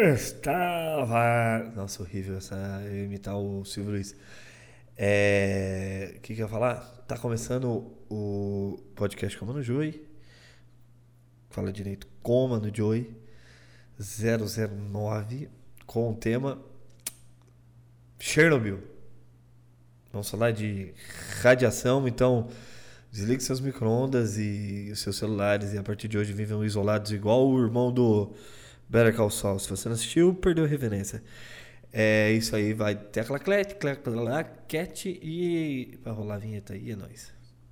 Estava... Nossa, horrível eu imitar o Silvio Luiz. O que eu ia falar? Tá começando o podcast Coma no Joey. Fala direito, Coma no Joey 009 com o tema Chernobyl. Vamos falar de radiação, então desligue seus micro-ondas e os seus celulares e a partir de hoje vivam isolados igual o irmão do Better Call Saul. Se você não assistiu, perdeu a reverência. É isso aí, vai tecla cat e vai rolar a vinheta aí, é nóis.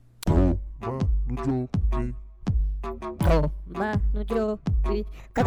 Toma no Joey.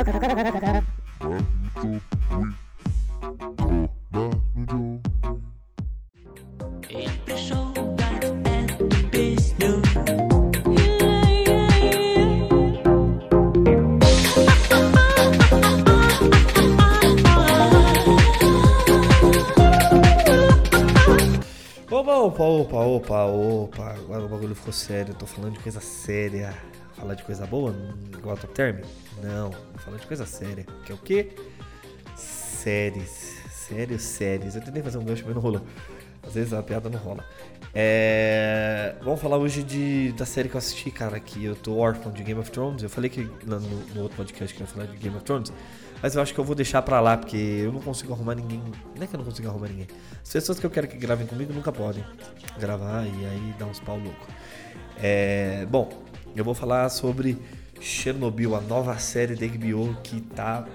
Opa, agora o bagulho ficou sério. Eu tô falando de coisa séria. Falar de coisa boa, igual a Top Term? Não, vou falar de coisa séria. Que é o quê? Séries. Eu tentei fazer um gancho, mas não rolou. Às vezes a piada não rola. Vamos falar hoje da série que eu assisti, cara, que eu tô órfão de Game of Thrones. Eu falei que no outro podcast que eu ia falar de Game of Thrones, mas eu acho que eu vou deixar pra lá, porque eu não consigo arrumar ninguém. Não é que eu não consigo arrumar ninguém. As pessoas que eu quero que gravem comigo nunca podem gravar e aí dá uns pau louco. Bom, eu vou falar sobre Chernobyl, a nova série da HBO que tá,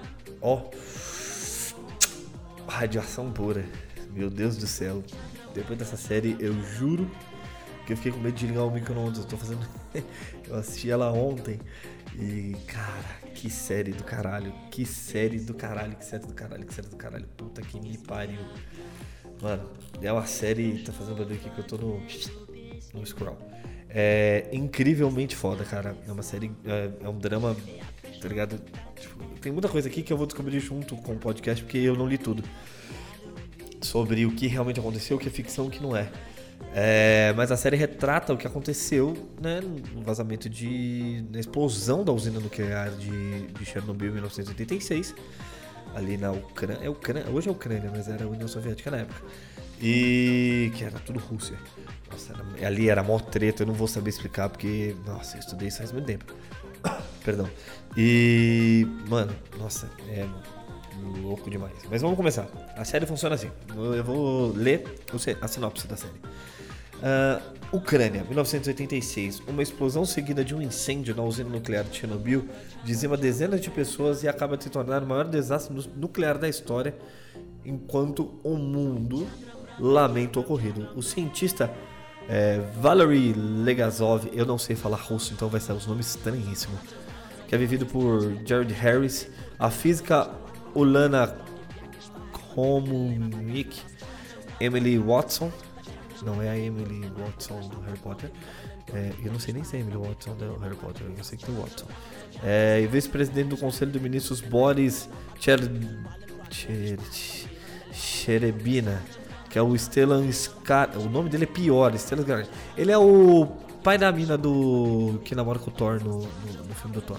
radiação pura. Meu Deus do céu. Depois dessa série, eu juro que eu fiquei com medo de ligar o micro-ondas. Eu assisti ela ontem e, cara, que série do caralho. Puta que me pariu. Mano, é uma série... Tá fazendo barulho aqui que eu tô no scroll. É incrivelmente foda, cara. É uma série... É um drama, tá ligado? Tipo, tem muita coisa aqui que eu vou descobrir junto com o podcast, porque eu não li tudo sobre o que realmente aconteceu, o que é ficção e o que não é. Mas a série retrata o que aconteceu, né, no vazamento na explosão da usina nuclear de Chernobyl em 1986, ali na Ucrânia. Hoje é Ucrânia, mas era a União Soviética na época. E que era tudo Rússia. Nossa, ali era mó treta, eu não vou saber explicar porque, nossa, eu estudei isso faz muito tempo. Perdão. E, mano, nossa, é louco demais. Mas vamos começar. A série funciona assim. Eu vou ler a sinopse da série. Ucrânia, 1986. Uma explosão seguida de um incêndio na usina nuclear de Chernobyl dizima dezenas de pessoas e acaba de se tornar o maior desastre nuclear da história, enquanto o mundo lamenta o ocorrido. O cientista Valery Legazov, eu não sei falar russo, então vai ser os nomes estranhíssimos, que é vivido por Jared Harris, a física Ulana Komunik, Emily Watson, não é a Emily Watson do Harry Potter, eu não sei nem se é a Emily Watson do Harry Potter, eu sei que tem Watson, e vice-presidente do Conselho de Ministros Boris Sherebina, que é o Stellan Skarsgård, o nome dele é pior, Stellan Skarsgård. Ele é o pai da mina que namora com o Thor no filme do Thor.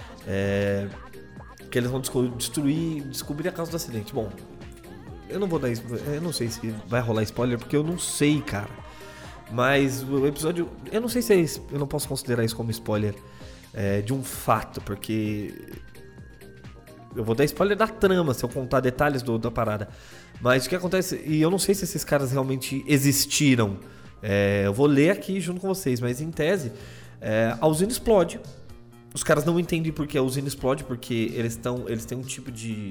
Que eles vão descobrir a causa do acidente. Bom, eu não vou dar, eu não sei se vai rolar spoiler porque eu não sei, cara. Mas o episódio, eu não sei se eu não posso considerar isso como spoiler de um fato, porque eu vou dar spoiler da trama se eu contar detalhes da parada. Mas o que acontece, e eu não sei se esses caras realmente existiram. Eu vou ler aqui junto com vocês, mas em tese, a usina explode. Os caras não entendem por que a usina explode, porque eles têm um tipo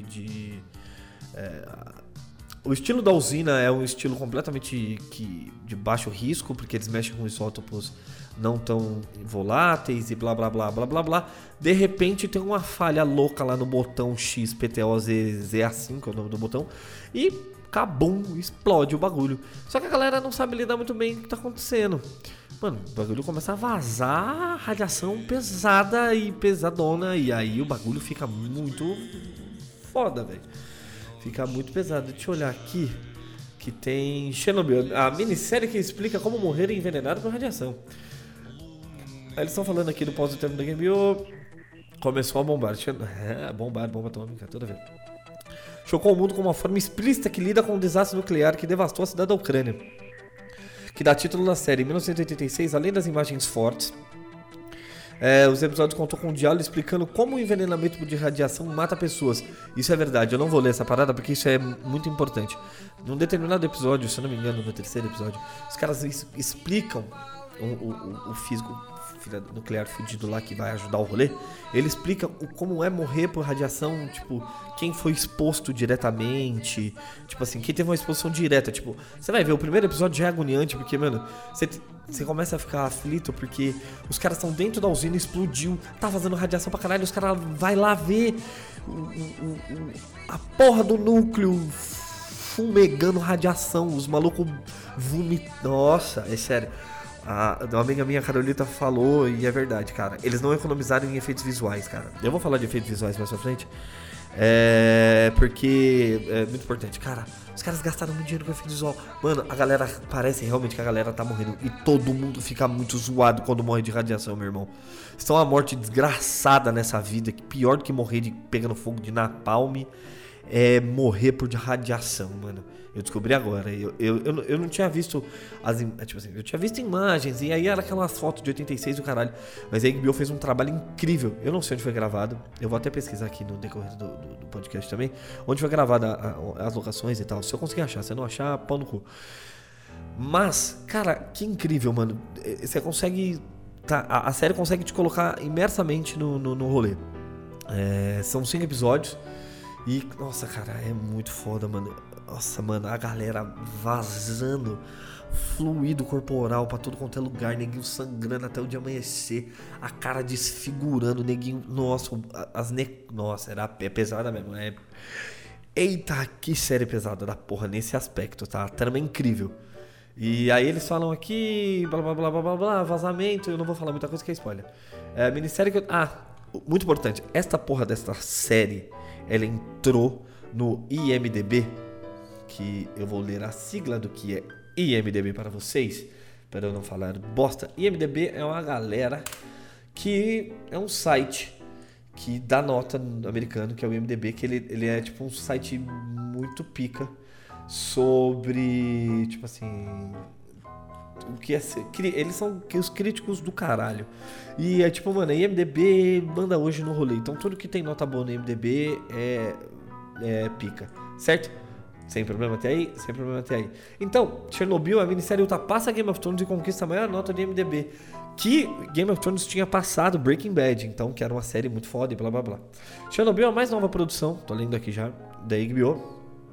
o estilo da usina é um estilo completamente de baixo risco, porque eles mexem com isótopos não tão voláteis e blá blá blá blá blá blá. De repente tem uma falha louca lá no botão XPTOZA5, que é o nome do botão, e cabum, explode o bagulho. Só que a galera não sabe lidar muito bem com o que tá acontecendo. Mano, o bagulho começa a vazar radiação pesada e pesadona, e aí o bagulho fica muito foda, velho. Fica muito pesado. Deixa eu olhar aqui, que tem Chernobyl, a minissérie que explica como morrer envenenado por radiação. Aí eles estão falando aqui do pós-termo da Game. Começou a bombar. Bomba atômica, toda vez. chocou o mundo com uma forma explícita que lida com um desastre nuclear que devastou a cidade da Ucrânia, que dá título na série. Em 1986, além das imagens fortes, os episódios contam com um diálogo explicando como o envenenamento de radiação mata pessoas. Isso é verdade, eu não vou ler essa parada porque isso é muito importante. Num determinado episódio, se eu não me engano, no terceiro episódio, os caras explicam o físico nuclear fudido lá que vai ajudar o rolê. Ele explica como é morrer por radiação, tipo, quem foi exposto diretamente, tipo assim, quem teve uma exposição direta, tipo, você vai ver, o primeiro episódio já é agoniante, porque, mano, você começa a ficar aflito porque os caras estão dentro da usina, explodiu, tá vazando radiação pra caralho, os caras vai lá ver a porra do núcleo fumegando radiação, os malucos vomitam. Nossa, é sério. Uma amiga minha, Carolita, falou, e é verdade, cara. Eles não economizaram em efeitos visuais, cara. Eu vou falar de efeitos visuais mais pra frente. Porque é muito importante. Cara, os caras gastaram muito dinheiro com efeito visual. Mano, a galera, parece realmente que a galera tá morrendo. E todo mundo fica muito zoado quando morre de radiação, meu irmão. Isso é uma morte desgraçada nessa vida. Pior do que morrer pegando fogo de napalm é morrer por radiação, mano. Eu descobri agora. Eu não tinha visto tipo assim, eu tinha visto imagens e aí era aquelas fotos de 86 do caralho. Mas a HBO fez um trabalho incrível. Eu não sei onde foi gravado. Eu vou até pesquisar aqui no decorrer do podcast também. Onde foi gravada as locações e tal. Se eu conseguir achar, se eu não achar, pau no cu. Mas, cara, que incrível, mano. Você consegue. A série consegue te colocar imersamente no rolê. São 5 episódios. E, nossa, cara, é muito foda, mano. Nossa, mano, a galera vazando fluido corporal pra tudo quanto é lugar, neguinho sangrando até o dia amanhecer, a cara desfigurando, neguinho, nossa, nossa, é pesada mesmo, Eita, que série pesada da porra nesse aspecto, tá? A trama é incrível. E aí eles falam aqui, blá blá blá blá blá blá, vazamento, eu não vou falar muita coisa que é spoiler. Minissérie que muito importante, esta porra desta série, ela entrou no IMDb, que eu vou ler a sigla do que é IMDb para vocês, para eu não falar bosta. IMDb é uma galera que é um site que dá nota americano, que é o IMDb, que ele é tipo um site muito pica sobre, tipo assim, o que é ser, eles são os críticos do caralho. E é tipo, mano, a IMDb manda hoje no rolê. Então tudo que tem nota boa no IMDb é pica, certo? Sem problema até aí, sem problema até aí. Então, Chernobyl, a minissérie ultrapassa Game of Thrones e conquista a maior nota de IMDb, que Game of Thrones tinha passado Breaking Bad, então, que era uma série muito foda e blá blá blá. Chernobyl é a mais nova produção, tô lendo aqui já, da HBO.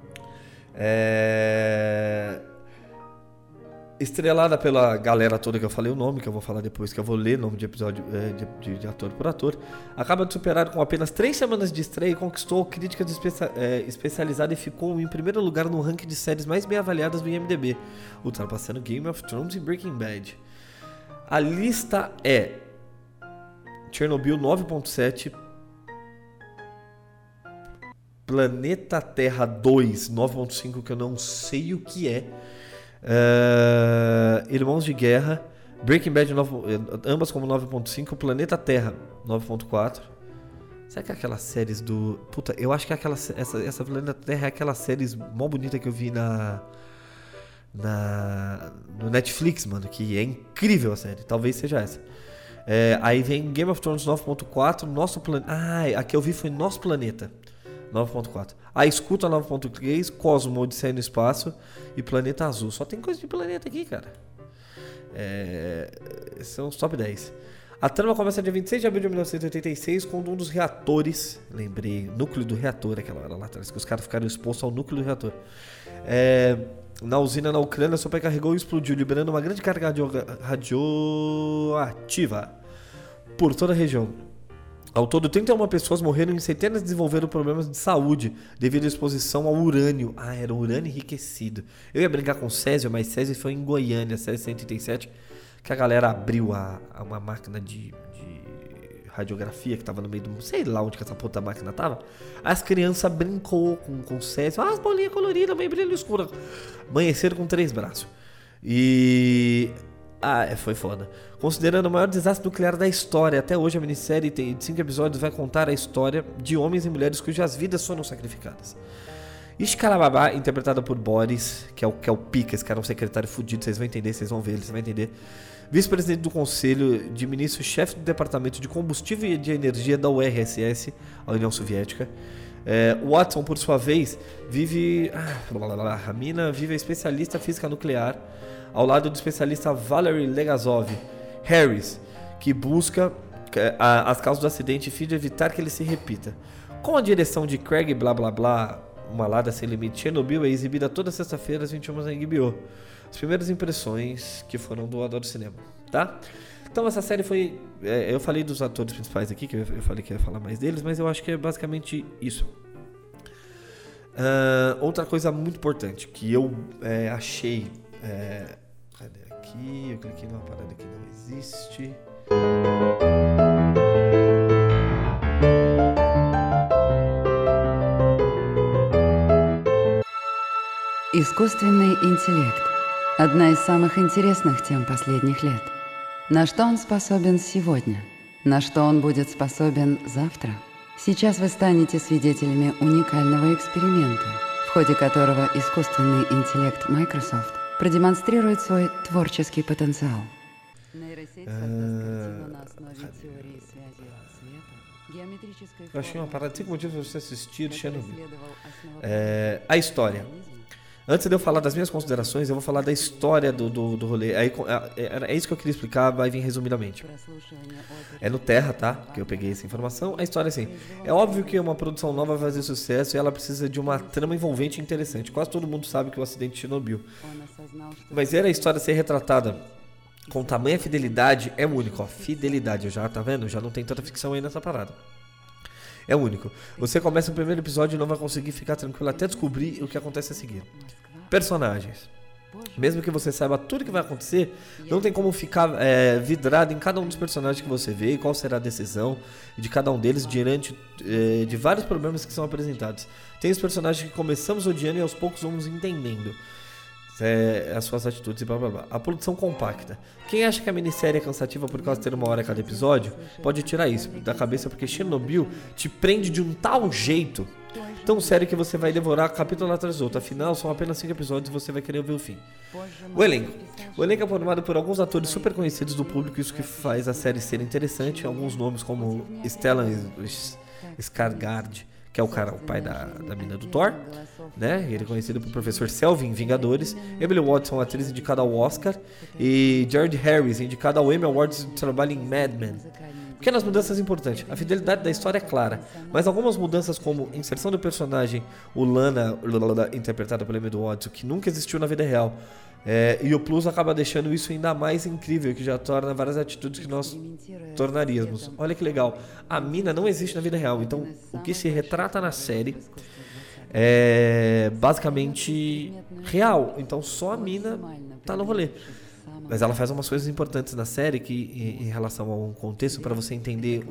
Estrelada pela galera toda que eu falei o nome, que eu vou falar depois, que eu vou ler o nome de episódio de ator por ator. Acaba de superar com apenas 3 semanas de estreia e conquistou críticas especializadas e ficou em primeiro lugar no ranking de séries mais bem avaliadas do IMDb, ultrapassando Game of Thrones e Breaking Bad. A lista é Chernobyl 9.7, Planeta Terra 2 9.5, que eu não sei o que é. Irmãos de Guerra, Breaking Bad ambas como 9.5, Planeta Terra 9.4. Será que é aquelas séries do... Puta, eu acho que é essa Planeta Terra é aquelas séries mó bonita que eu vi no Netflix, mano, que é incrível a série, talvez seja essa. Aí vem Game of Thrones 9.4, Nosso Planeta... a que eu vi foi Nosso Planeta 9.4. A Escuta 9.3, Cosmo, Odisseia no Espaço e Planeta Azul. Só tem coisa de planeta aqui, cara. São os top 10. A trama começa dia 26 de abril de 1986, quando um dos reatores, lembrei, núcleo do reator, aquela hora lá atrás, que os caras ficaram expostos ao núcleo do reator. Na usina na Ucrânia, supercarregou e explodiu, liberando uma grande carga radioativa por toda a região. Ao todo, 31 pessoas morreram e centenas desenvolveram problemas de saúde devido à exposição ao urânio. Era urânio enriquecido. Eu ia brincar com Césio, mas Césio foi em Goiânia, Césio 187, que a galera abriu uma máquina de radiografia que tava no meio do... Sei lá onde que essa puta máquina tava. As crianças brincou com Césio. As bolinhas coloridas, meio brilho escuro. Amanheceram com 3 braços. Foi foda. Considerando o maior desastre nuclear da história, até hoje a minissérie de 5 episódios vai contar a história de homens e mulheres cujas vidas foram sacrificadas. Ishkalababa, interpretada por Boris, que é o pica, esse cara é um secretário fudido, vocês vão entender, vocês vão ver, vocês vão entender. Vice-presidente do Conselho de Ministros, chefe do Departamento de Combustível e de Energia da URSS, a União Soviética. Watson, por sua vez, a mina vive especialista física nuclear, ao lado do especialista Valery Legazov. Harris, que busca as causas do acidente e fim de evitar que ele se repita. Com a direção de Craig Blá Blá Blá, Uma Lada Sem Limite, Chernobyl é exibida toda sexta-feira às 21 na HBO. As primeiras impressões que foram do Adoro Cinema, tá? Então essa série foi... eu falei dos atores principais aqui, que eu falei que ia falar mais deles, mas eu acho que é basicamente isso. Outra coisa muito importante que eu achei... cadê aqui? Eu cliquei numa parada que não existe... Искусственный интеллект – одна из самых интересных тем последних лет. На что он способен сегодня? На что он будет способен завтра? Сейчас вы станете свидетелями уникального эксперимента, в ходе которого искусственный интеллект Microsoft продемонстрирует свой творческий потенциал. Нейросеть создастся на основе теории связи света, геометрической Eu achei uma parada, 5 motivos para você assistir Chernobyl. формы. A história. Antes de eu falar das minhas considerações, eu vou falar da história do rolê. É isso que eu queria explicar, vai vir resumidamente. É no Terra, tá? Que eu peguei essa informação. A história é assim. É óbvio que uma produção nova vai fazer sucesso e ela precisa de uma trama envolvente e interessante. Quase todo mundo sabe que o acidente de Chernobyl. Mas a história ser retratada com tamanha fidelidade é único. Ó, fidelidade, tá vendo? Já não tem tanta ficção aí nessa parada. É único. Você começa o primeiro episódio e não vai conseguir ficar tranquilo até descobrir o que acontece a seguir. Personagens. Mesmo que você saiba tudo que vai acontecer, não tem como ficar vidrado em cada um dos personagens que você vê e qual será a decisão de cada um deles diante de vários problemas que são apresentados. Tem os personagens que começamos odiando e aos poucos vamos entendendo as suas atitudes e blá blá blá. A produção compacta. Quem acha que a minissérie é cansativa por causa de ter 1 hora cada episódio, pode tirar isso da cabeça, porque Chernobyl te prende de um tal jeito, tão sério, que você vai devorar capítulo atrás do outro. Afinal, são apenas 5 episódios e você vai querer ver o fim. O elenco. O elenco é formado por alguns atores super conhecidos do público, isso que faz a série ser interessante. Alguns nomes como Stellan Skarsgård, que é o pai da mina do Thor, né? Ele é conhecido por Professor Selvig em Vingadores. Emily Watson, atriz indicada ao Oscar. E Jared Harris, indicada ao Emmy Awards de trabalho em Mad Men. Pequenas mudanças importantes. A fidelidade da história é clara, mas algumas mudanças, como inserção do personagem Ulana, interpretada pelo Emmy Watson, que nunca existiu na vida real, e o Plus acaba deixando isso ainda mais incrível, que já torna várias atitudes que nós tornaríamos. Olha que legal. A mina não existe na vida real, então o que se retrata na série é basicamente real. Então só a mina tá no rolê. Mas ela faz umas coisas importantes na série que, em relação ao contexto, para você entender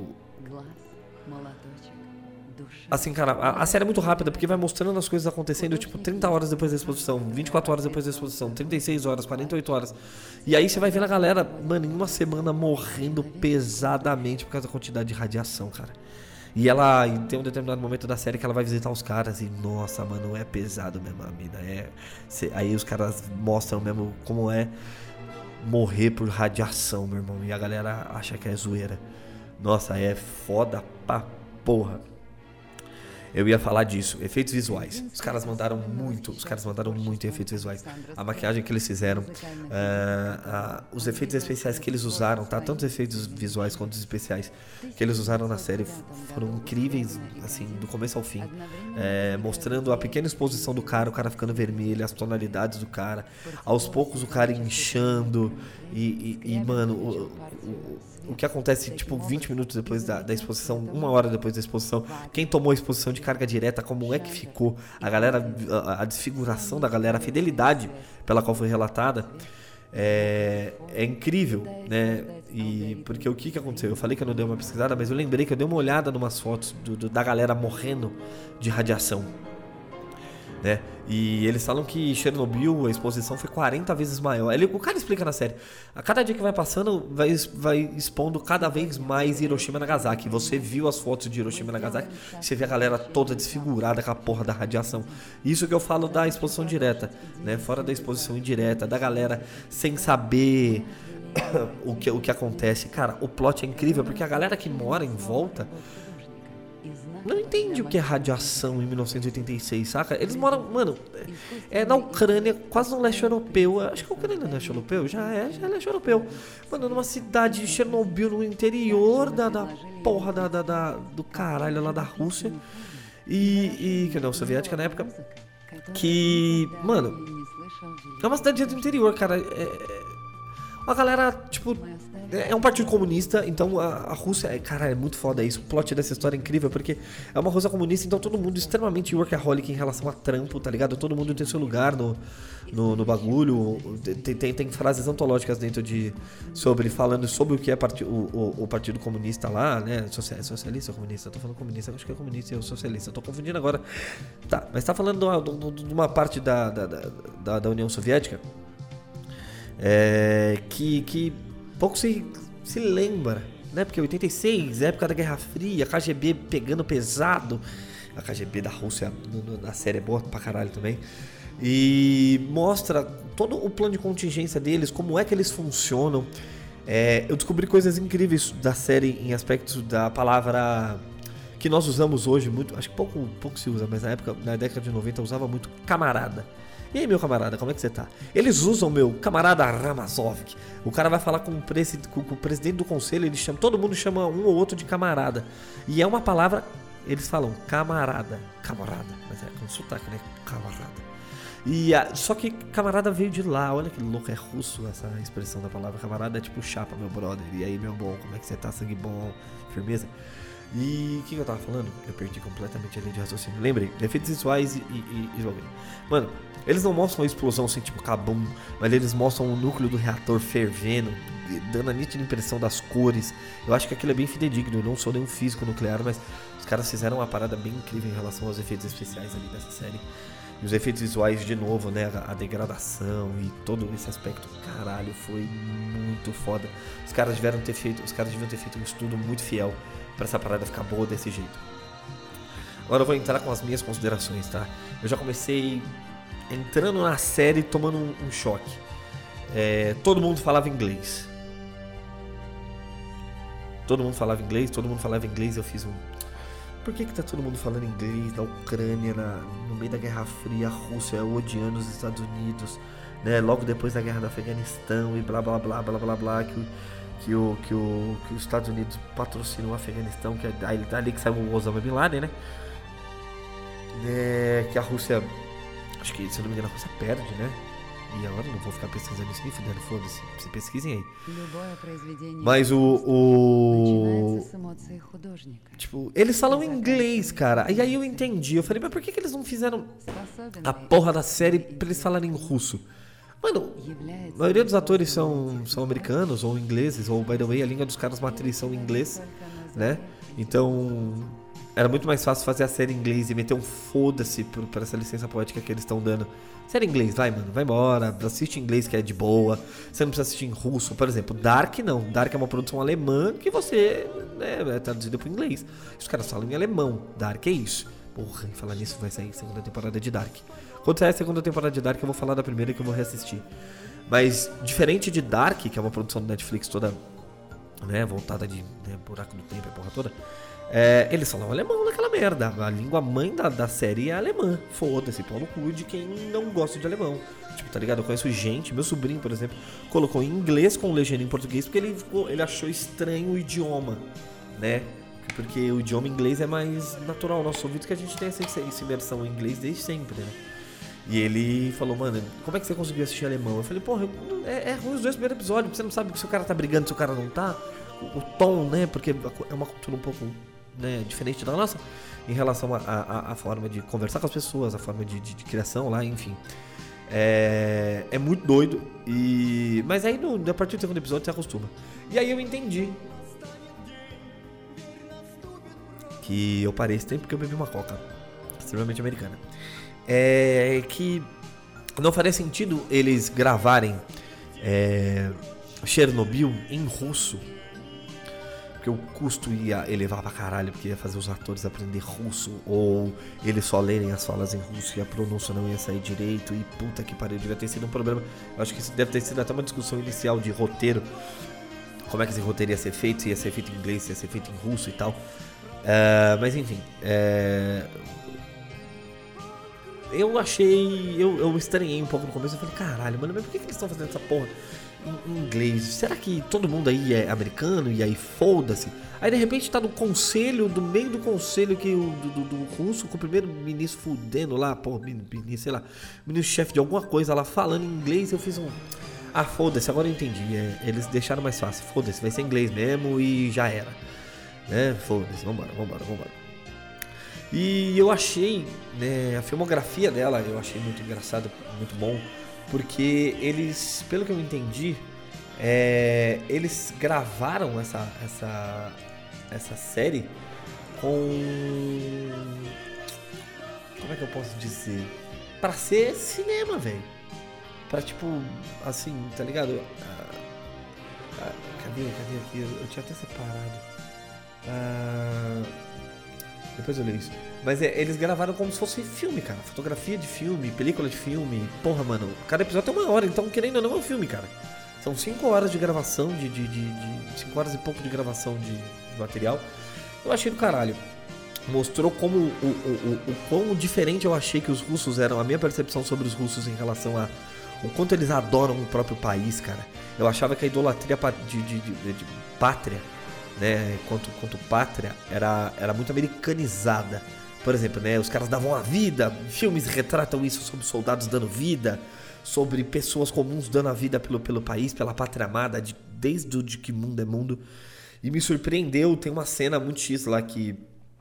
Assim, cara, a série é muito rápida, porque vai mostrando as coisas acontecendo, tipo, 30 horas depois da exposição, 24 horas depois da exposição, 36 horas, 48 horas. E aí você vai vendo a galera, mano, em uma semana morrendo pesadamente por causa da quantidade de radiação, cara. E tem um determinado momento da série que ela vai visitar os caras e, nossa, mano, é pesado mesmo a mina. Aí os caras mostram mesmo como é morrer por radiação, meu irmão. E a galera acha que é zoeira. Nossa, é foda pra porra. Eu ia falar disso, efeitos visuais. Os caras mandaram muito em efeitos visuais. A maquiagem que eles fizeram, os efeitos especiais que eles usaram, tá? Tanto os efeitos visuais quanto os especiais que eles usaram na série foram incríveis, assim, do começo ao fim. Mostrando a pequena exposição do cara, o cara ficando vermelho, as tonalidades do cara. Aos poucos o cara inchando mano, o que acontece, tipo, 20 minutos depois da exposição, 1 hora depois da exposição, quem tomou a exposição de carga direta, como é que ficou, a galera, a desfiguração da galera, a fidelidade pela qual foi relatada, é incrível, né? E porque o que aconteceu? Eu falei que eu não dei uma pesquisada, mas eu lembrei que eu dei uma olhada numas fotos da galera morrendo de radiação. né? E eles falam que Chernobyl, a exposição foi 40 vezes maior. O cara explica na série. A cada dia que vai passando, vai expondo cada vez mais Hiroshima e Nagasaki. Você viu as fotos de Hiroshima e Nagasaki, você vê a galera toda desfigurada com a porra da radiação. Isso que eu falo da exposição direta, né? Fora da exposição indireta, da galera sem saber o que acontece. Cara, o plot é incrível, porque a galera que mora em volta não entende o que é radiação em 1986, saca? Eles moram, mano, na Ucrânia, quase no leste europeu. Acho que a Ucrânia é leste europeu, já é leste europeu. Mano, numa cidade de Chernobyl, no interior da porra do caralho lá da Rússia. Que não, soviética na época. Que, mano, é uma cidade do interior, cara. A galera, tipo, é um partido comunista, então a Rússia, cara, é muito foda isso. O plot dessa história é incrível, porque é uma Rússia comunista, então todo mundo extremamente workaholic em relação a trampo, tá ligado? Todo mundo tem seu lugar no bagulho. Tem frases antológicas dentro falando sobre o que é o Partido Comunista lá, né? Socialista ou comunista? Eu tô falando comunista, acho que é comunista e eu socialista. Eu tô confundindo agora. Tá, mas tá falando de uma parte da União Soviética. Que pouco se lembra, né? Porque 86, época da Guerra Fria, KGB pegando pesado. A KGB da Rússia na série é boa pra caralho também. E mostra todo o plano de contingência deles, como é que eles funcionam. Eu descobri coisas incríveis da série em aspectos da palavra que nós usamos hoje muito. Acho que pouco se usa, mas na década de 90 usava muito camarada. E aí, meu camarada, como é que você tá? Eles usam meu camarada Ramazov. O cara vai falar com o presidente do conselho, todo mundo chama um ou outro de camarada. E é uma palavra, eles falam camarada, mas é com sotaque, né? Camarada. Só que camarada veio de lá, olha que louco, é russo essa expressão da palavra camarada, é tipo chapa, meu brother. E aí, meu bom, como é que você tá? Sangue bom, firmeza? E o que eu tava falando? Eu perdi completamente a linha de raciocínio. Lembrei, efeitos visuais e jogo. Mano, eles não mostram a explosão assim, tipo cabum, mas eles mostram o núcleo do reator fervendo, dando a nítida impressão das cores. Eu acho que aquilo é bem fidedigno. Eu não sou nenhum físico nuclear, mas os caras fizeram uma parada bem incrível em relação aos efeitos especiais ali dessa série. E os efeitos visuais, de novo, né? A degradação e todo esse aspecto, caralho, foi muito foda. Os caras deviam ter feito um estudo muito fiel pra essa parada ficar boa desse jeito. Agora eu vou entrar com as minhas considerações, tá? Eu já comecei entrando na série tomando um choque. Todo mundo falava inglês. Todo mundo falava inglês, eu fiz Por que tá todo mundo falando inglês na Ucrânia, no meio da Guerra Fria, a Rússia odiando os Estados Unidos, né? Logo depois da Guerra do Afeganistão e blá blá blá blá blá blá, que os Estados Unidos patrocinam o Afeganistão, que é ali que saiu o Osama Bin Laden, né? Que a Rússia, acho que, se eu não me engano, a Rússia perde, né? E agora eu não vou ficar pesquisando isso nem fudendo, foda-se, se pesquisem aí. Mas tipo, eles falam inglês, cara. E aí eu entendi, eu falei, mas por que eles não fizeram a porra da série pra eles falarem russo? Mano, a maioria dos atores são americanos ou ingleses, ou, by the way, a língua dos caras matriz são inglês, né? Então, era muito mais fácil fazer a série em inglês e meter um foda-se por essa licença poética que eles estão dando. Série em inglês, vai, mano, vai embora, assiste em inglês que é de boa, você não precisa assistir em russo. Por exemplo, Dark não, Dark é uma produção alemã que você, é traduzida pro inglês. Os caras falam em alemão, Dark é isso. Porra, falar nisso vai sair segunda temporada de Dark. Quando sair a segunda temporada de Dark, eu vou falar da primeira que eu vou reassistir. Mas, diferente de Dark, que é uma produção do Netflix toda, né, voltada de buraco do tempo e a porra toda, eles falam alemão naquela merda. A língua mãe da série é alemã. Foda-se, pau no cu de quem não gosta de alemão. Tipo, tá ligado? Eu conheço gente, meu sobrinho, por exemplo, colocou em inglês com legenda em português porque ele achou estranho o idioma, né? Porque o idioma inglês é mais natural ao nosso ouvido, que a gente tem essa imersão em inglês desde sempre, né? E ele falou, mano, como é que você conseguiu assistir alemão? Eu falei, porra, é ruim os dois primeiros episódios, você não sabe se o cara tá brigando, se o cara não tá. O tom, né? Porque é uma cultura um pouco, né, diferente da nossa em relação à forma de conversar com as pessoas, a forma de criação lá, enfim. É muito doido. Mas aí, a partir do segundo episódio, você acostuma. E aí eu entendi que eu parei esse tempo porque eu bebi uma coca extremamente americana. é que não faria sentido eles gravarem Chernobyl em russo, porque o custo ia elevar pra caralho, porque ia fazer os atores aprender russo, ou eles só lerem as falas em russo e a pronúncia não ia sair direito, e puta que pariu, devia ter sido um problema. Eu acho que isso deve ter sido até uma discussão inicial de roteiro, como é que esse roteiro ia ser feito, se ia ser feito em inglês, se ia ser feito em russo e tal. Mas enfim, eu achei, eu estranhei um pouco no começo, eu falei, caralho, mano, mas por que eles estão fazendo essa porra em inglês? Será que todo mundo aí é americano e aí foda-se? Aí de repente tá no conselho, do meio do conselho que do russo, com o primeiro-ministro fudendo lá, porra, ministro, sei lá, ministro-chefe de alguma coisa lá falando em inglês, eu fiz foda-se, agora eu entendi, eles deixaram mais fácil, foda-se, vai ser inglês mesmo e já era, né, foda-se, vambora. E eu achei, né, a filmografia dela, eu achei muito engraçado, muito bom, porque eles, pelo que eu entendi, eles gravaram essa série com, como é que eu posso dizer, pra ser cinema, velho, pra tipo, assim, tá ligado? Cadê aqui? Eu tinha até separado. Depois eu leio isso. Mas eles gravaram como se fosse filme, cara. Fotografia de filme, película de filme. Porra, mano, cada episódio tem 1 hora, então querendo ou não é um filme, cara. São 5 horas de gravação, 5 horas e pouco de gravação de material. Eu achei do caralho. Mostrou como o quão diferente eu achei que os russos eram. A minha percepção sobre os russos em relação a o quanto eles adoram o próprio país, cara. Eu achava que a idolatria de pátria, né, quanto pátria, era muito americanizada. Por exemplo, né, os caras davam a vida, filmes retratam isso sobre soldados dando vida, sobre pessoas comuns dando a vida pelo país, pela pátria amada, desde o de que mundo é mundo. E me surpreendeu, tem uma cena muito X lá que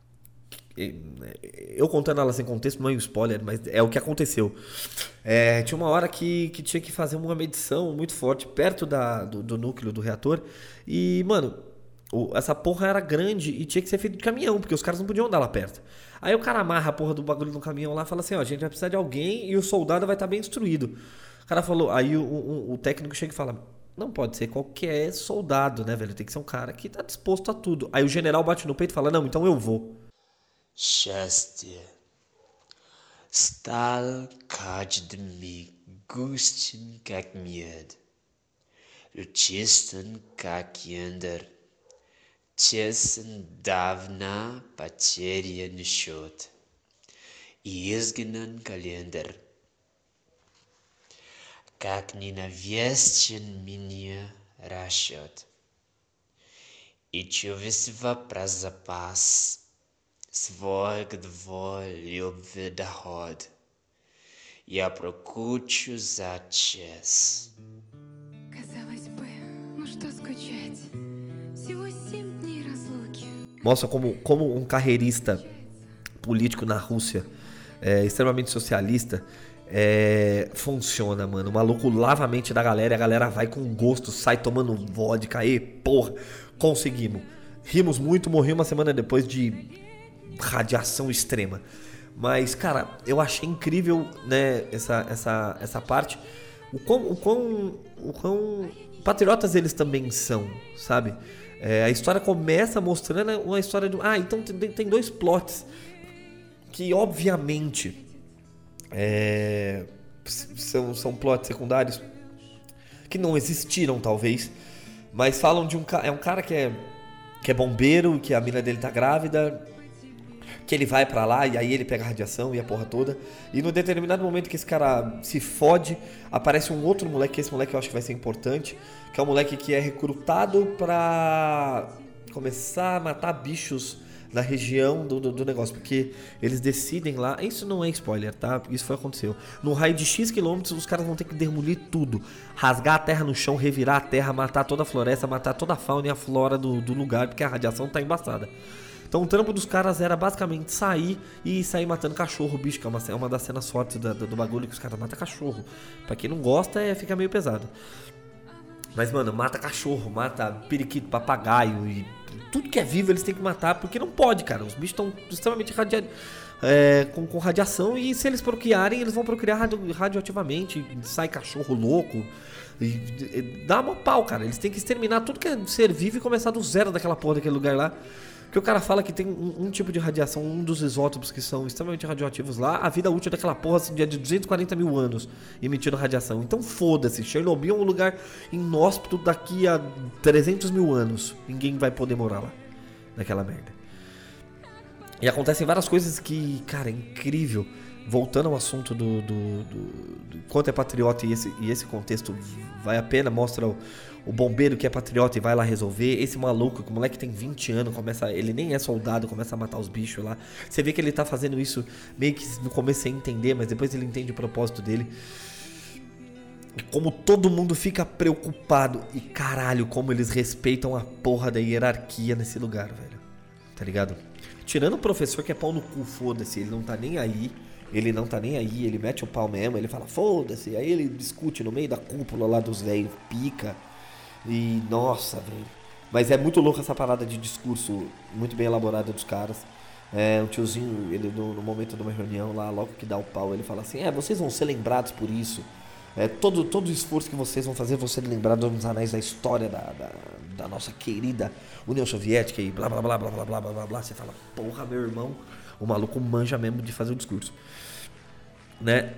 eu contando ela sem contexto, não é um spoiler, mas é o que aconteceu. Tinha uma hora que tinha que fazer uma medição muito forte perto do núcleo do reator. E, mano, essa porra era grande e tinha que ser feito de caminhão, porque os caras não podiam andar lá perto. Aí o cara amarra a porra do bagulho no caminhão lá e fala assim, ó, a gente vai precisar de alguém e o soldado vai estar bem instruído. O cara falou, aí o técnico chega e fala, não pode ser qualquer soldado, né, velho? Tem que ser um cara que tá disposto a tudo. Aí o general bate no peito e fala, não, então eu vou. Счастье стало каждым густым, как мед, чистым, как янтарь, тесен давно потерян счет, изгнан календарь. Как ненавистен меня расчет, и чувство про запас свой к любви доход, я прокручу за час. Казалось бы, ну что скучать, всего 7 дней разлуки. Mostra como um carreirista político na Rússia, extremamente socialista, funciona, mano. O maluco lava a mente da galera e a galera vai com gosto, sai tomando vodka. E porra, conseguimos. Rimos muito, morri uma semana depois de radiação extrema. Mas, cara, eu achei incrível, né, essa parte. O quão patriotas eles também são, sabe? A história começa mostrando uma história de... então tem 2 plots que, obviamente, são plots secundários que não existiram, talvez, mas falam de um cara que é bombeiro, que a mina dele tá grávida, que ele vai pra lá e aí ele pega a radiação e a porra toda. E no determinado momento que esse cara se fode, aparece um outro moleque, que esse moleque eu acho que vai ser importante, que é um moleque que é recrutado pra começar a matar bichos na região do negócio, porque eles decidem lá, isso não é spoiler, tá? Isso aconteceu. No raio de X quilômetros, os caras vão ter que demolir tudo, rasgar a terra no chão, revirar a terra, matar toda a floresta, matar toda a fauna e a flora do lugar, porque a radiação tá embaçada. Então o trampo dos caras era basicamente sair matando cachorro, bicho, que é uma das cenas fortes do bagulho, que os caras matam cachorro. Pra quem não gosta, fica meio pesado. Mas, mano, mata cachorro, mata periquito, papagaio e tudo que é vivo eles têm que matar, porque não pode, cara. Os bichos estão extremamente com radiação, e se eles procriarem, eles vão procriar radioativamente, sai cachorro louco, e dá uma pau, cara. Eles têm que exterminar tudo que é ser vivo e começar do zero daquela porra daquele lugar lá. Porque o cara fala que tem um tipo de radiação, um dos isótopos que são extremamente radioativos lá, a vida útil daquela porra assim, é de 240 mil anos emitindo radiação. Então foda-se, Chernobyl é um lugar inóspito daqui a 300 mil anos. Ninguém vai poder morar lá, naquela merda. E acontecem várias coisas que, cara, é incrível. Voltando ao assunto do quanto é patriota e esse contexto vai a pena, mostra o bombeiro que é patriota e vai lá resolver. Esse maluco, que o moleque tem 20 anos, ele nem é soldado, começa a matar os bichos lá. Você vê que ele tá fazendo isso meio que no começo sem entender, mas depois ele entende o propósito dele. E como todo mundo fica preocupado. E caralho, como eles respeitam a porra da hierarquia nesse lugar, velho. Tá ligado? Tirando o professor que é pau no cu, foda-se, ele não tá nem aí. Ele não tá nem aí, ele mete o pau mesmo, ele fala foda-se, aí ele discute no meio da cúpula lá dos velhos, pica. E nossa, velho. Mas é muito louco essa parada de discurso muito bem elaborada dos caras. Um tiozinho, ele no momento de uma reunião lá, logo que dá o pau, ele fala assim: vocês vão ser lembrados por isso. Todo o esforço que vocês vão fazer vão ser lembrados nos anais da história da nossa querida União Soviética e blá blá blá blá blá blá blá blá. Você fala, porra, meu irmão, o maluco manja mesmo de fazer o discurso, né?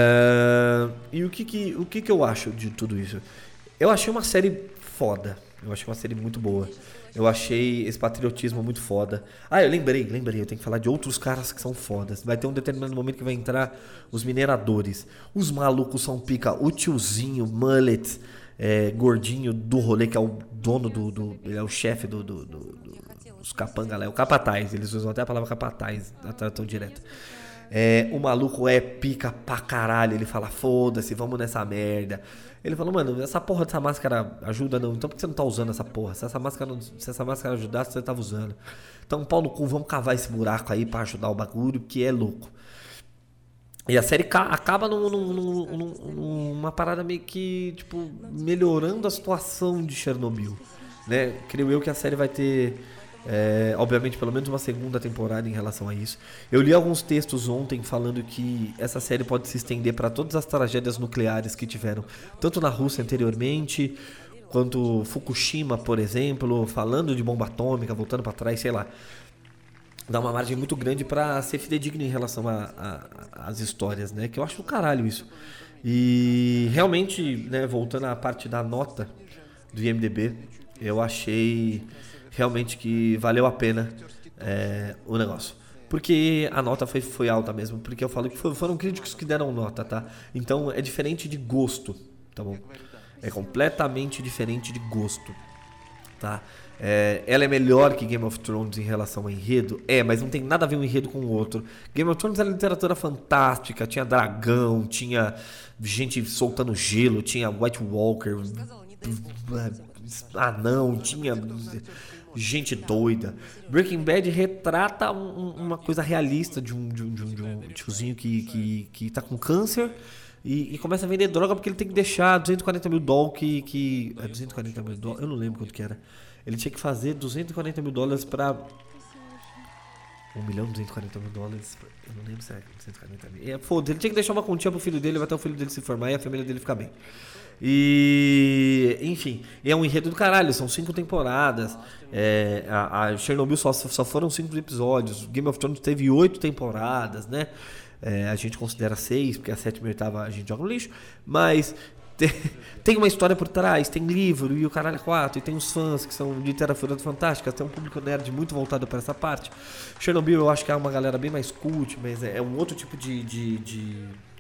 E o que eu acho de tudo isso? Eu achei uma série foda. Eu achei uma série muito boa. Eu achei esse patriotismo muito foda. Eu lembrei, eu tenho que falar de outros caras que são fodas. Vai ter um determinado momento que vai entrar os mineradores. Os malucos são pica. O tiozinho, mullet, gordinho do rolê, que é o dono ele é o chefe dos capanga lá. É o capataz, eles usam até a palavra capataz na tradução direta. O maluco é pica pra caralho. Ele fala, foda-se, vamos nessa merda. Ele falou, mano, essa porra dessa máscara ajuda não. Então por que você não tá usando essa porra? Se essa máscara ajudasse, você tava usando. Então pau no cu, vamos cavar esse buraco aí pra ajudar o bagulho, que é louco. E a série acaba numa parada meio que, tipo, melhorando a situação de Chernobyl, né? Creio eu que a série vai ter... obviamente pelo menos uma segunda temporada em relação a isso. Eu li alguns textos ontem falando que essa série pode se estender para todas as tragédias nucleares que tiveram, tanto na Rússia anteriormente, quanto Fukushima, por exemplo, falando de bomba atômica, voltando para trás, sei lá. Dá uma margem muito grande para ser fidedigno em relação às histórias, né? Que eu acho do caralho isso. E realmente, né, voltando à parte da nota do IMDb, eu achei realmente que valeu a pena o negócio. Porque a nota foi alta mesmo. Porque eu falo que foram críticos que deram nota, tá? Então é diferente de gosto, tá bom? É completamente diferente de gosto, tá? Ela é melhor que Game of Thrones em relação ao enredo? Mas não tem nada a ver um enredo com o outro. Game of Thrones era literatura fantástica. Tinha dragão, tinha gente soltando gelo, tinha White Walker, anão, tinha... gente doida. Breaking Bad retrata uma coisa realista de um tiozinho que tá com câncer e começa a vender droga porque ele tem que deixar 240 mil dólares 240 mil dólares, eu não lembro quanto que era. Ele tinha que fazer 240 mil dólares pra 1.240.000 dólares. Eu não lembro se era 240 mil. Foda-se, ele tinha que deixar uma continha pro filho dele, vai até o filho dele se formar e a família dele ficar bem. E enfim, é um enredo do caralho, são 5 temporadas. A Chernobyl só foram 5 episódios. Game of Thrones teve 8 temporadas, né? A gente considera 6, porque a 7ª e 8ª a gente joga no lixo. Mas tem uma história por trás, tem livro e o caralho 4, e tem os fãs que são de literatura fantástica, tem um público nerd muito voltado para essa parte. Chernobyl eu acho que é uma galera bem mais cult, mas é um outro tipo de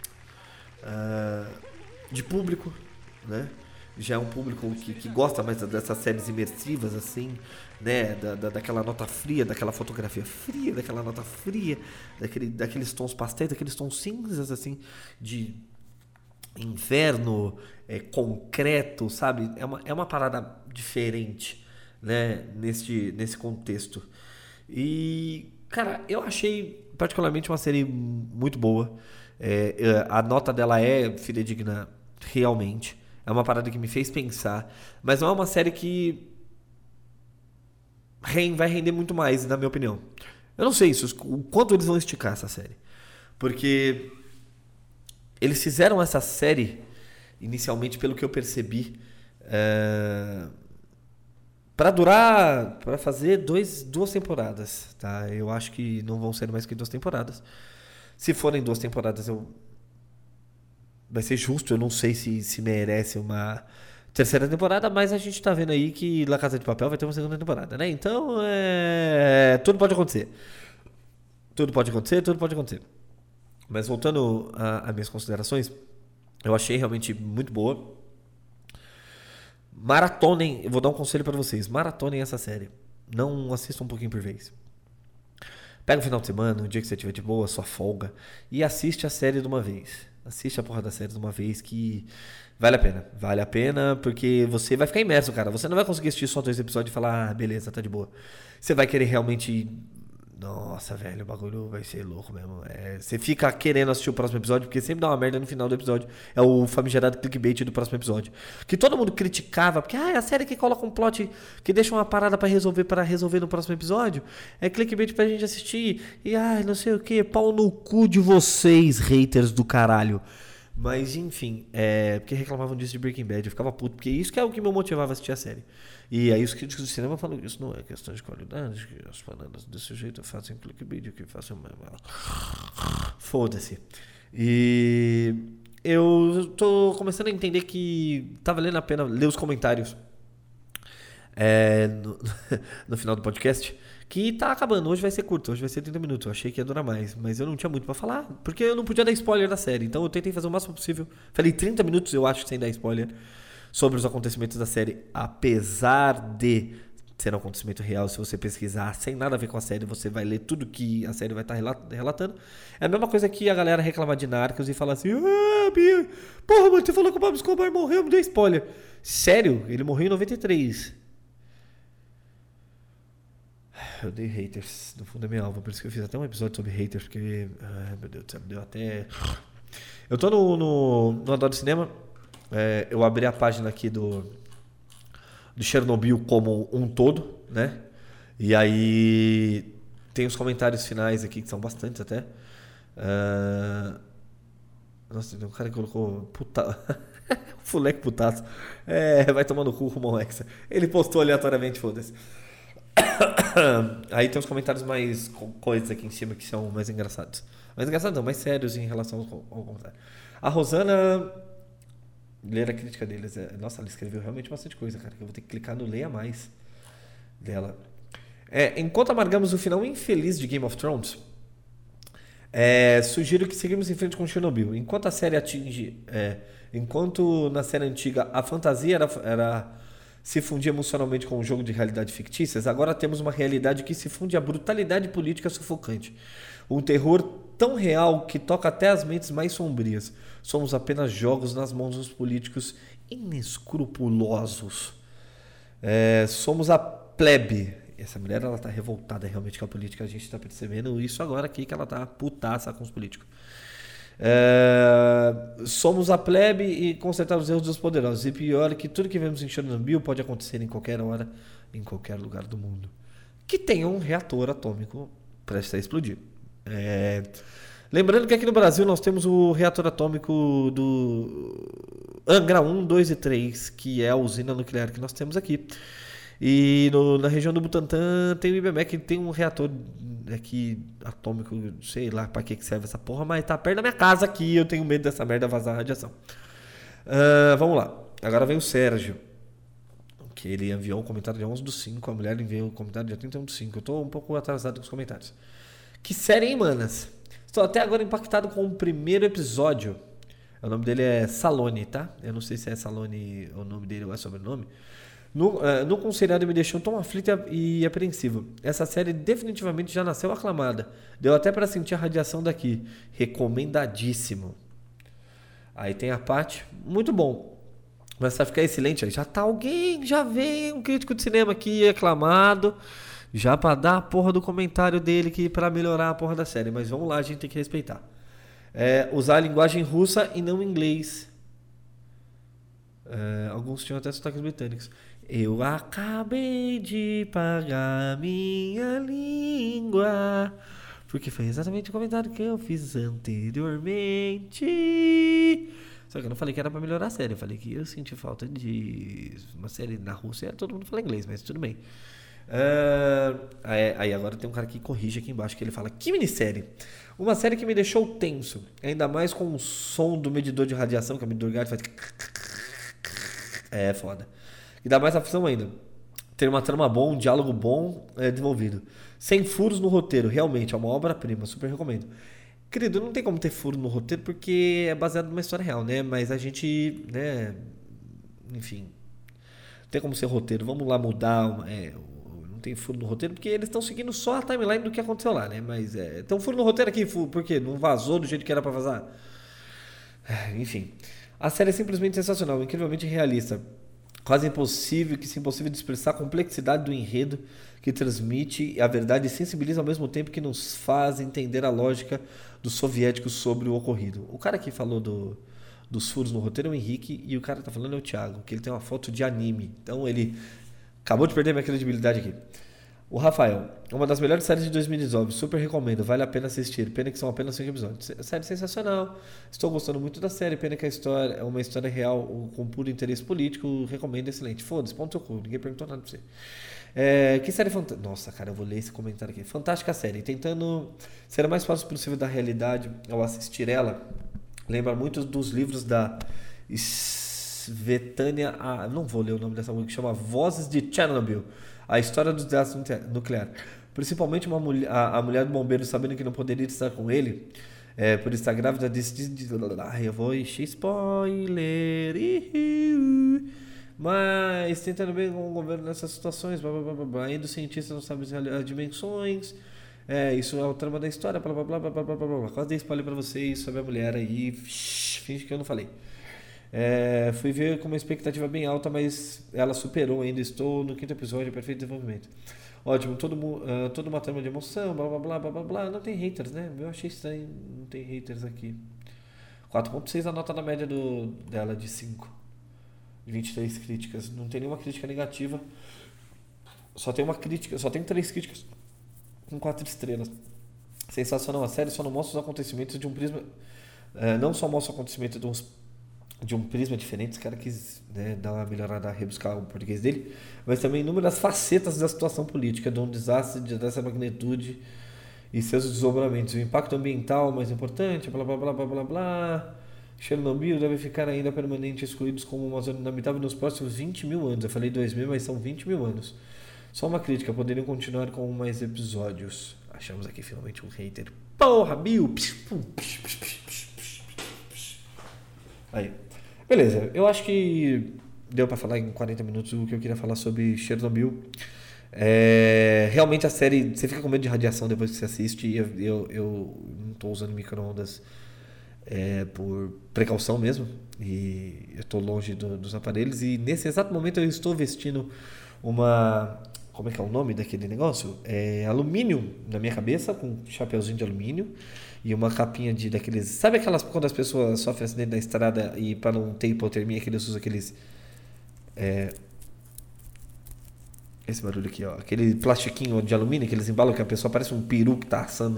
público, né? Já é um público que gosta mais dessas séries imersivas, assim, né? Daquela nota fria, daquela fotografia fria, daquela nota fria, daqueles tons pastéis, daqueles tons cinzas, assim, de inverno, concreto, sabe? É uma parada diferente, né? Nesse contexto. E, cara, eu achei particularmente uma série muito boa. A nota dela é fidedigna realmente. É uma parada que me fez pensar. Mas não é uma série que vai render muito mais, na minha opinião. Eu não sei o quanto eles vão esticar essa série. Porque eles fizeram essa série, inicialmente, pelo que eu percebi, para fazer duas temporadas. Tá? Eu acho que não vão ser mais que 2 temporadas. Se forem 2 temporadas, vai ser justo. Eu não sei se merece uma terceira temporada, mas a gente tá vendo aí que La Casa de Papel vai ter uma segunda temporada, né? Então, tudo pode acontecer. Tudo pode acontecer. Mas voltando a minhas considerações, eu achei realmente muito boa. Maratonem, eu vou dar um conselho pra vocês. Maratonem essa série. Não assistam um pouquinho por vez. Pega um final de semana, um dia que você tiver de boa, sua folga, e assiste a série de uma vez. Assiste a porra da série de uma vez que vale a pena. Vale a pena porque você vai ficar imerso, cara. Você não vai conseguir assistir só 2 episódios e falar, beleza, tá de boa. Você vai querer realmente... Nossa, velho, o bagulho vai ser louco mesmo. Você fica querendo assistir o próximo episódio porque sempre dá uma merda no final do episódio. É o famigerado clickbait do próximo episódio. Que todo mundo criticava, porque é a série que coloca um plot que deixa uma parada pra resolver no próximo episódio. É clickbait pra gente assistir. E não sei o que, pau no cu de vocês, haters do caralho. Mas enfim, porque reclamavam disso de Breaking Bad. Eu ficava puto, porque isso que é o que me motivava a assistir a série. E aí os críticos de cinema falam que isso não é questão de qualidade, que as paradas desse jeito fazem clickbait, que fazem... Foda-se. E eu tô começando a entender que tá valendo a pena ler os comentários no final do podcast, que tá acabando. Hoje vai ser curto, hoje vai ser 30 minutos. Eu achei que ia durar mais, mas eu não tinha muito pra falar, porque eu não podia dar spoiler da série. Então eu tentei fazer o máximo possível. Falei 30 minutos, eu acho, sem dar spoiler sobre os acontecimentos da série, apesar de ser um acontecimento real. Se você pesquisar sem nada a ver com a série, você vai ler tudo que a série vai estar relatando. É a mesma coisa que a galera reclamar de Narcos e falar assim, Bia, porra, mano, você falou que o Pablo Escobar morreu, me deu spoiler. Sério? Ele morreu em 93. Eu dei haters no fundo da minha alma, por isso que eu fiz até um episódio sobre haters, porque, meu Deus do céu, deu até... Eu tô no Adoro Cinema. Eu abri a página aqui do Chernobyl como um todo, né? E aí tem os comentários finais aqui, que são bastantes até. Nossa, tem um cara que colocou... Fuleque putaço. Vai tomar no cu, Rumon Hexa. Ele postou aleatoriamente, foda-se. Aí tem os comentários mais coisas aqui em cima que são mais engraçados. Mais engraçados não, mais sérios em relação ao comentário. A Rosana... Ler a crítica deles. Nossa, ela escreveu realmente bastante coisa, cara. Que eu vou ter que clicar no Leia Mais dela. Enquanto amargamos o final infeliz de Game of Thrones, sugiro que seguimos em frente com Chernobyl. Enquanto na série antiga a fantasia se fundia emocionalmente com um jogo de realidade fictícias, agora temos uma realidade que se funde à brutalidade política sufocante. Um terror tão real que toca até as mentes mais sombrias. Somos apenas jogos nas mãos dos políticos inescrupulosos. Somos a plebe. Essa mulher, ela tá revoltada realmente com a política. A gente tá percebendo isso agora aqui, que ela tá putaça com os políticos. Somos a plebe e consertar os erros dos poderosos. E pior é que tudo que vemos em Chernobyl pode acontecer em qualquer hora, em qualquer lugar do mundo que tenha um reator atômico prestes a explodir. Lembrando que aqui no Brasil nós temos o reator atômico do Angra 1, 2 e 3, que é a usina nuclear que nós temos aqui. E na região do Butantã tem o IBMEC, que tem um reator aqui atômico, sei lá pra que serve essa porra, mas tá perto da minha casa aqui, eu tenho medo dessa merda vazar radiação. Vamos lá, agora vem o Sérgio, que ele enviou um comentário dia 11/5, a mulher enviou um comentário dia 31/5. Eu tô um pouco atrasado com os comentários. Que série, hein, manas? Estou até agora impactado com o primeiro episódio. O nome dele é Salone, tá? Eu não sei se é Salone o nome dele ou é sobrenome. No conselhado me deixou tão aflita e apreensivo. Essa série definitivamente já nasceu aclamada. Deu até para sentir a radiação daqui. Recomendadíssimo. Aí tem a Paty. Muito bom. Mas vai ficar excelente. Já tá alguém, já vem um crítico de cinema aqui aclamado. Já pra dar a porra do comentário dele que pra melhorar a porra da série. Mas vamos lá, a gente tem que respeitar. Usar a linguagem russa e não inglês. Alguns tinham até sotaques britânicos. Eu acabei de pagar minha língua. Porque foi exatamente o comentário que eu fiz anteriormente. Só que eu não falei que era pra melhorar a série. Eu falei que eu senti falta de uma série na Rússia. Todo mundo fala inglês, mas tudo bem. Aí agora tem um cara que corrige aqui embaixo, que ele fala: que minissérie? Uma série que me deixou tenso. Ainda mais com o som do medidor de radiação, que é o medidor Geiger faz... É foda. E dá mais aflição ainda. Ter uma trama bom, um diálogo bom desenvolvido. Sem furos no roteiro. Realmente, é uma obra-prima. Super recomendo. Querido, não tem como ter furo no roteiro porque é baseado numa história real, né? Mas a gente, né... Enfim. Não tem como ser roteiro. Vamos lá mudar... não tem furo no roteiro porque eles estão seguindo só a timeline do que aconteceu lá, né? Mas tem um furo no roteiro aqui. Por quê? Não vazou do jeito que era pra vazar? Enfim. A série é simplesmente sensacional. Incrivelmente realista. Quase impossível de expressar a complexidade do enredo que transmite a verdade e sensibiliza ao mesmo tempo que nos faz entender a lógica dos soviéticos sobre o ocorrido. O cara que falou dos furos no roteiro é o Henrique e o cara que tá falando é o Thiago, que ele tem uma foto de anime. Então ele acabou de perder minha credibilidade aqui. O Rafael, uma das melhores séries de 2019, super recomendo, vale a pena assistir, pena que são apenas 5 episódios. Série sensacional, estou gostando muito da série, pena que a história é uma história real com puro interesse político, recomendo, excelente. Foda-se, ponto cu, ninguém perguntou nada pra você. Que série fantástica. Nossa, cara, eu vou ler esse comentário aqui. Fantástica série, tentando ser o mais próximo possível da realidade ao assistir ela, lembra muito dos livros da Svetlana, não vou ler o nome dessa música, que chama Vozes de Chernobyl. A história do desastre nuclear. Principalmente a mulher do bombeiro sabendo que não poderia estar com ele, por estar grávida, eu vou encher spoiler. Mas tentando bem com o governo nessas situações, blá, blá, blá, blá, ainda os cientistas não sabem as dimensões. Isso é o trama da história, blá, blá, blá, blá, blá, blá, blá. Quase dei spoiler pra vocês sobre a mulher aí. Finge que eu não falei. Fui ver com uma expectativa bem alta, mas ela superou ainda. Estou no 5º episódio, perfeito desenvolvimento. Ótimo, toda uma trama de emoção, blá blá blá blá blá blá. Não tem haters, né? Eu achei estranho, não tem haters aqui. 4.6 a nota da média dela de 5. De 23 críticas. Não tem nenhuma crítica negativa. Só tem 3 críticas com 4 estrelas. Sensacional a série, só não mostra os acontecimentos de um prisma. Não só mostra o acontecimento de um prisma diferente, esse cara quis, né, dar uma melhorada, rebuscar o português dele, mas também inúmeras facetas da situação política, de um desastre dessa magnitude e seus desdobramentos. O impacto ambiental mais importante, blá blá blá blá blá blá. Chernobyl deve ficar ainda permanente excluídos como uma zona inamitável nos próximos 20 mil anos. Eu falei 2000, mas são 20 mil anos. Só uma crítica, poderiam continuar com mais episódios. Achamos aqui finalmente um hater. Porra, Bill! Aí. Beleza, eu acho que deu pra falar em 40 minutos o que eu queria falar sobre Chernobyl. Realmente a série, você fica com medo de radiação depois que você assiste. Eu não tô usando micro-ondas por precaução mesmo. E eu tô longe dos aparelhos. E nesse exato momento eu estou vestindo uma... Como é que é o nome daquele negócio? Alumínio na minha cabeça, com um chapeuzinho de alumínio. E uma capinha daqueles... Sabe aquelas... Quando as pessoas sofrem acidente na estrada e para não ter hipotermia, que eles usam aqueles... Esse barulho aqui, ó. Aquele plastiquinho de alumínio que eles embalam, que a pessoa parece um peru que tá assando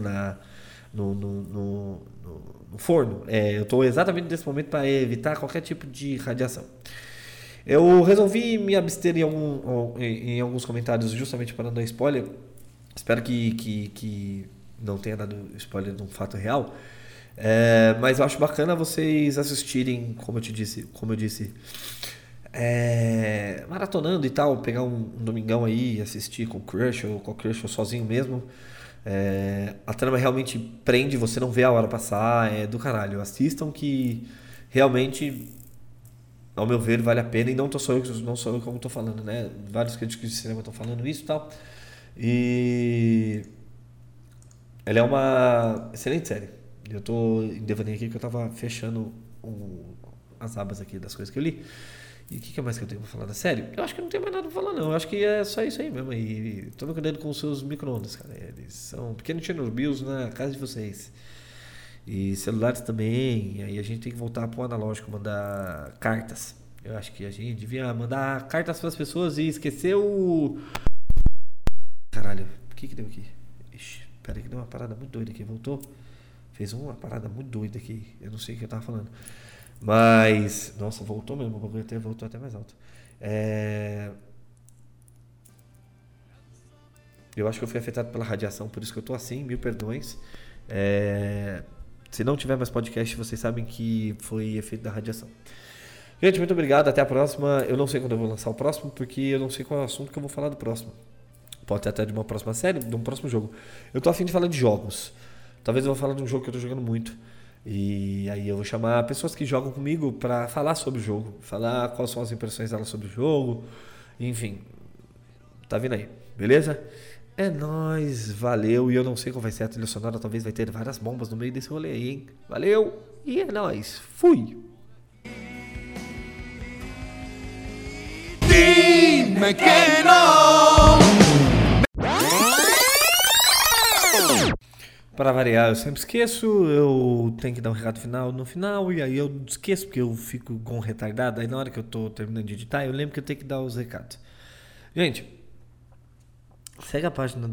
no forno. Eu tô exatamente nesse momento para evitar qualquer tipo de radiação. Eu resolvi me abster em alguns comentários justamente para não dar spoiler. Espero que não tenha dado spoiler de um fato real. Mas eu acho bacana vocês assistirem, como eu disse, maratonando e tal, pegar um domingão aí e assistir com o crush ou com o crush ou sozinho mesmo. A trama realmente prende, você não vê a hora passar, é do caralho. Assistam que realmente, ao meu ver, vale a pena. E não sou eu como estou falando, né? Vários críticos de cinema estão falando isso e tal. E ela é uma excelente série. Eu tô em devaneio aqui que eu tava fechando as abas aqui das coisas que eu li. E o que mais que eu tenho pra falar da série? Eu acho que não tem mais nada pra falar, não. Eu acho que é só isso aí mesmo. E tome cuidado com os seus micro-ondas, cara. Eles são pequenos Chernobyls na casa de vocês. E celulares também. E aí a gente tem que voltar pro analógico, mandar cartas. Eu acho que a gente devia mandar cartas pras pessoas e esquecer o... Caralho, o que deu aqui? Ixi, pera aí que deu uma parada muito doida aqui. Voltou? Fez uma parada muito doida aqui. Eu não sei o que eu tava falando. Mas... Nossa, voltou mesmo. O bagulho voltou até mais alto. Eu acho que eu fui afetado pela radiação, por isso que eu tô assim, 1000 perdões. Se não tiver mais podcast, vocês sabem que foi efeito da radiação. Gente, muito obrigado, até a próxima. Eu não sei quando eu vou lançar o próximo, porque eu não sei qual é o assunto que eu vou falar do próximo. Pode ser até de uma próxima série, de um próximo jogo. Eu tô a fim de falar de jogos. Talvez eu vou falar de um jogo que eu tô jogando muito. E aí eu vou chamar pessoas que jogam comigo pra falar sobre o jogo. Falar quais são as impressões delas sobre o jogo. Enfim, tá vindo aí, beleza? É nóis, valeu. E eu não sei qual vai ser a trilha sonora. Talvez vai ter várias bombas no meio desse rolê aí, hein? Valeu e é nóis. Fui! Dime que não. Para variar, eu sempre esqueço. Eu tenho que dar um recado final no final. E aí eu esqueço porque eu fico com retardado. Aí na hora que eu tô terminando de editar, eu lembro que eu tenho que dar os recados. Gente, segue a página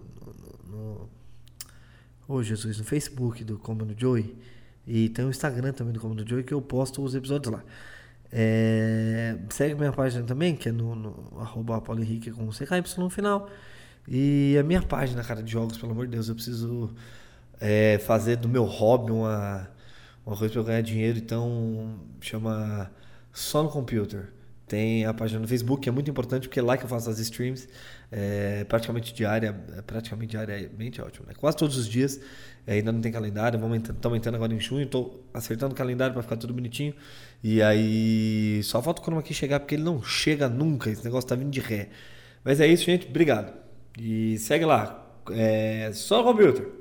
Jesus, no Facebook do Comando Joey. E tem o Instagram também do Comando Joey que eu posto os episódios lá. Segue minha página também, que é no @ApolloHenrique com CKY no final. E a minha página, cara, de jogos, pelo amor de Deus, eu preciso fazer do meu hobby uma coisa pra eu ganhar dinheiro, então chama Só no Computer. Tem a página no Facebook, que é muito importante, porque é lá que eu faço as streams, praticamente diariamente, ótimo, né? Quase todos os dias, ainda não tem calendário, estamos entrando agora em junho, estou acertando o calendário para ficar tudo bonitinho, e aí só falta o Chroma aqui chegar, porque ele não chega nunca, esse negócio tá vindo de ré. Mas é isso, gente, obrigado. E segue lá, Só no Computer.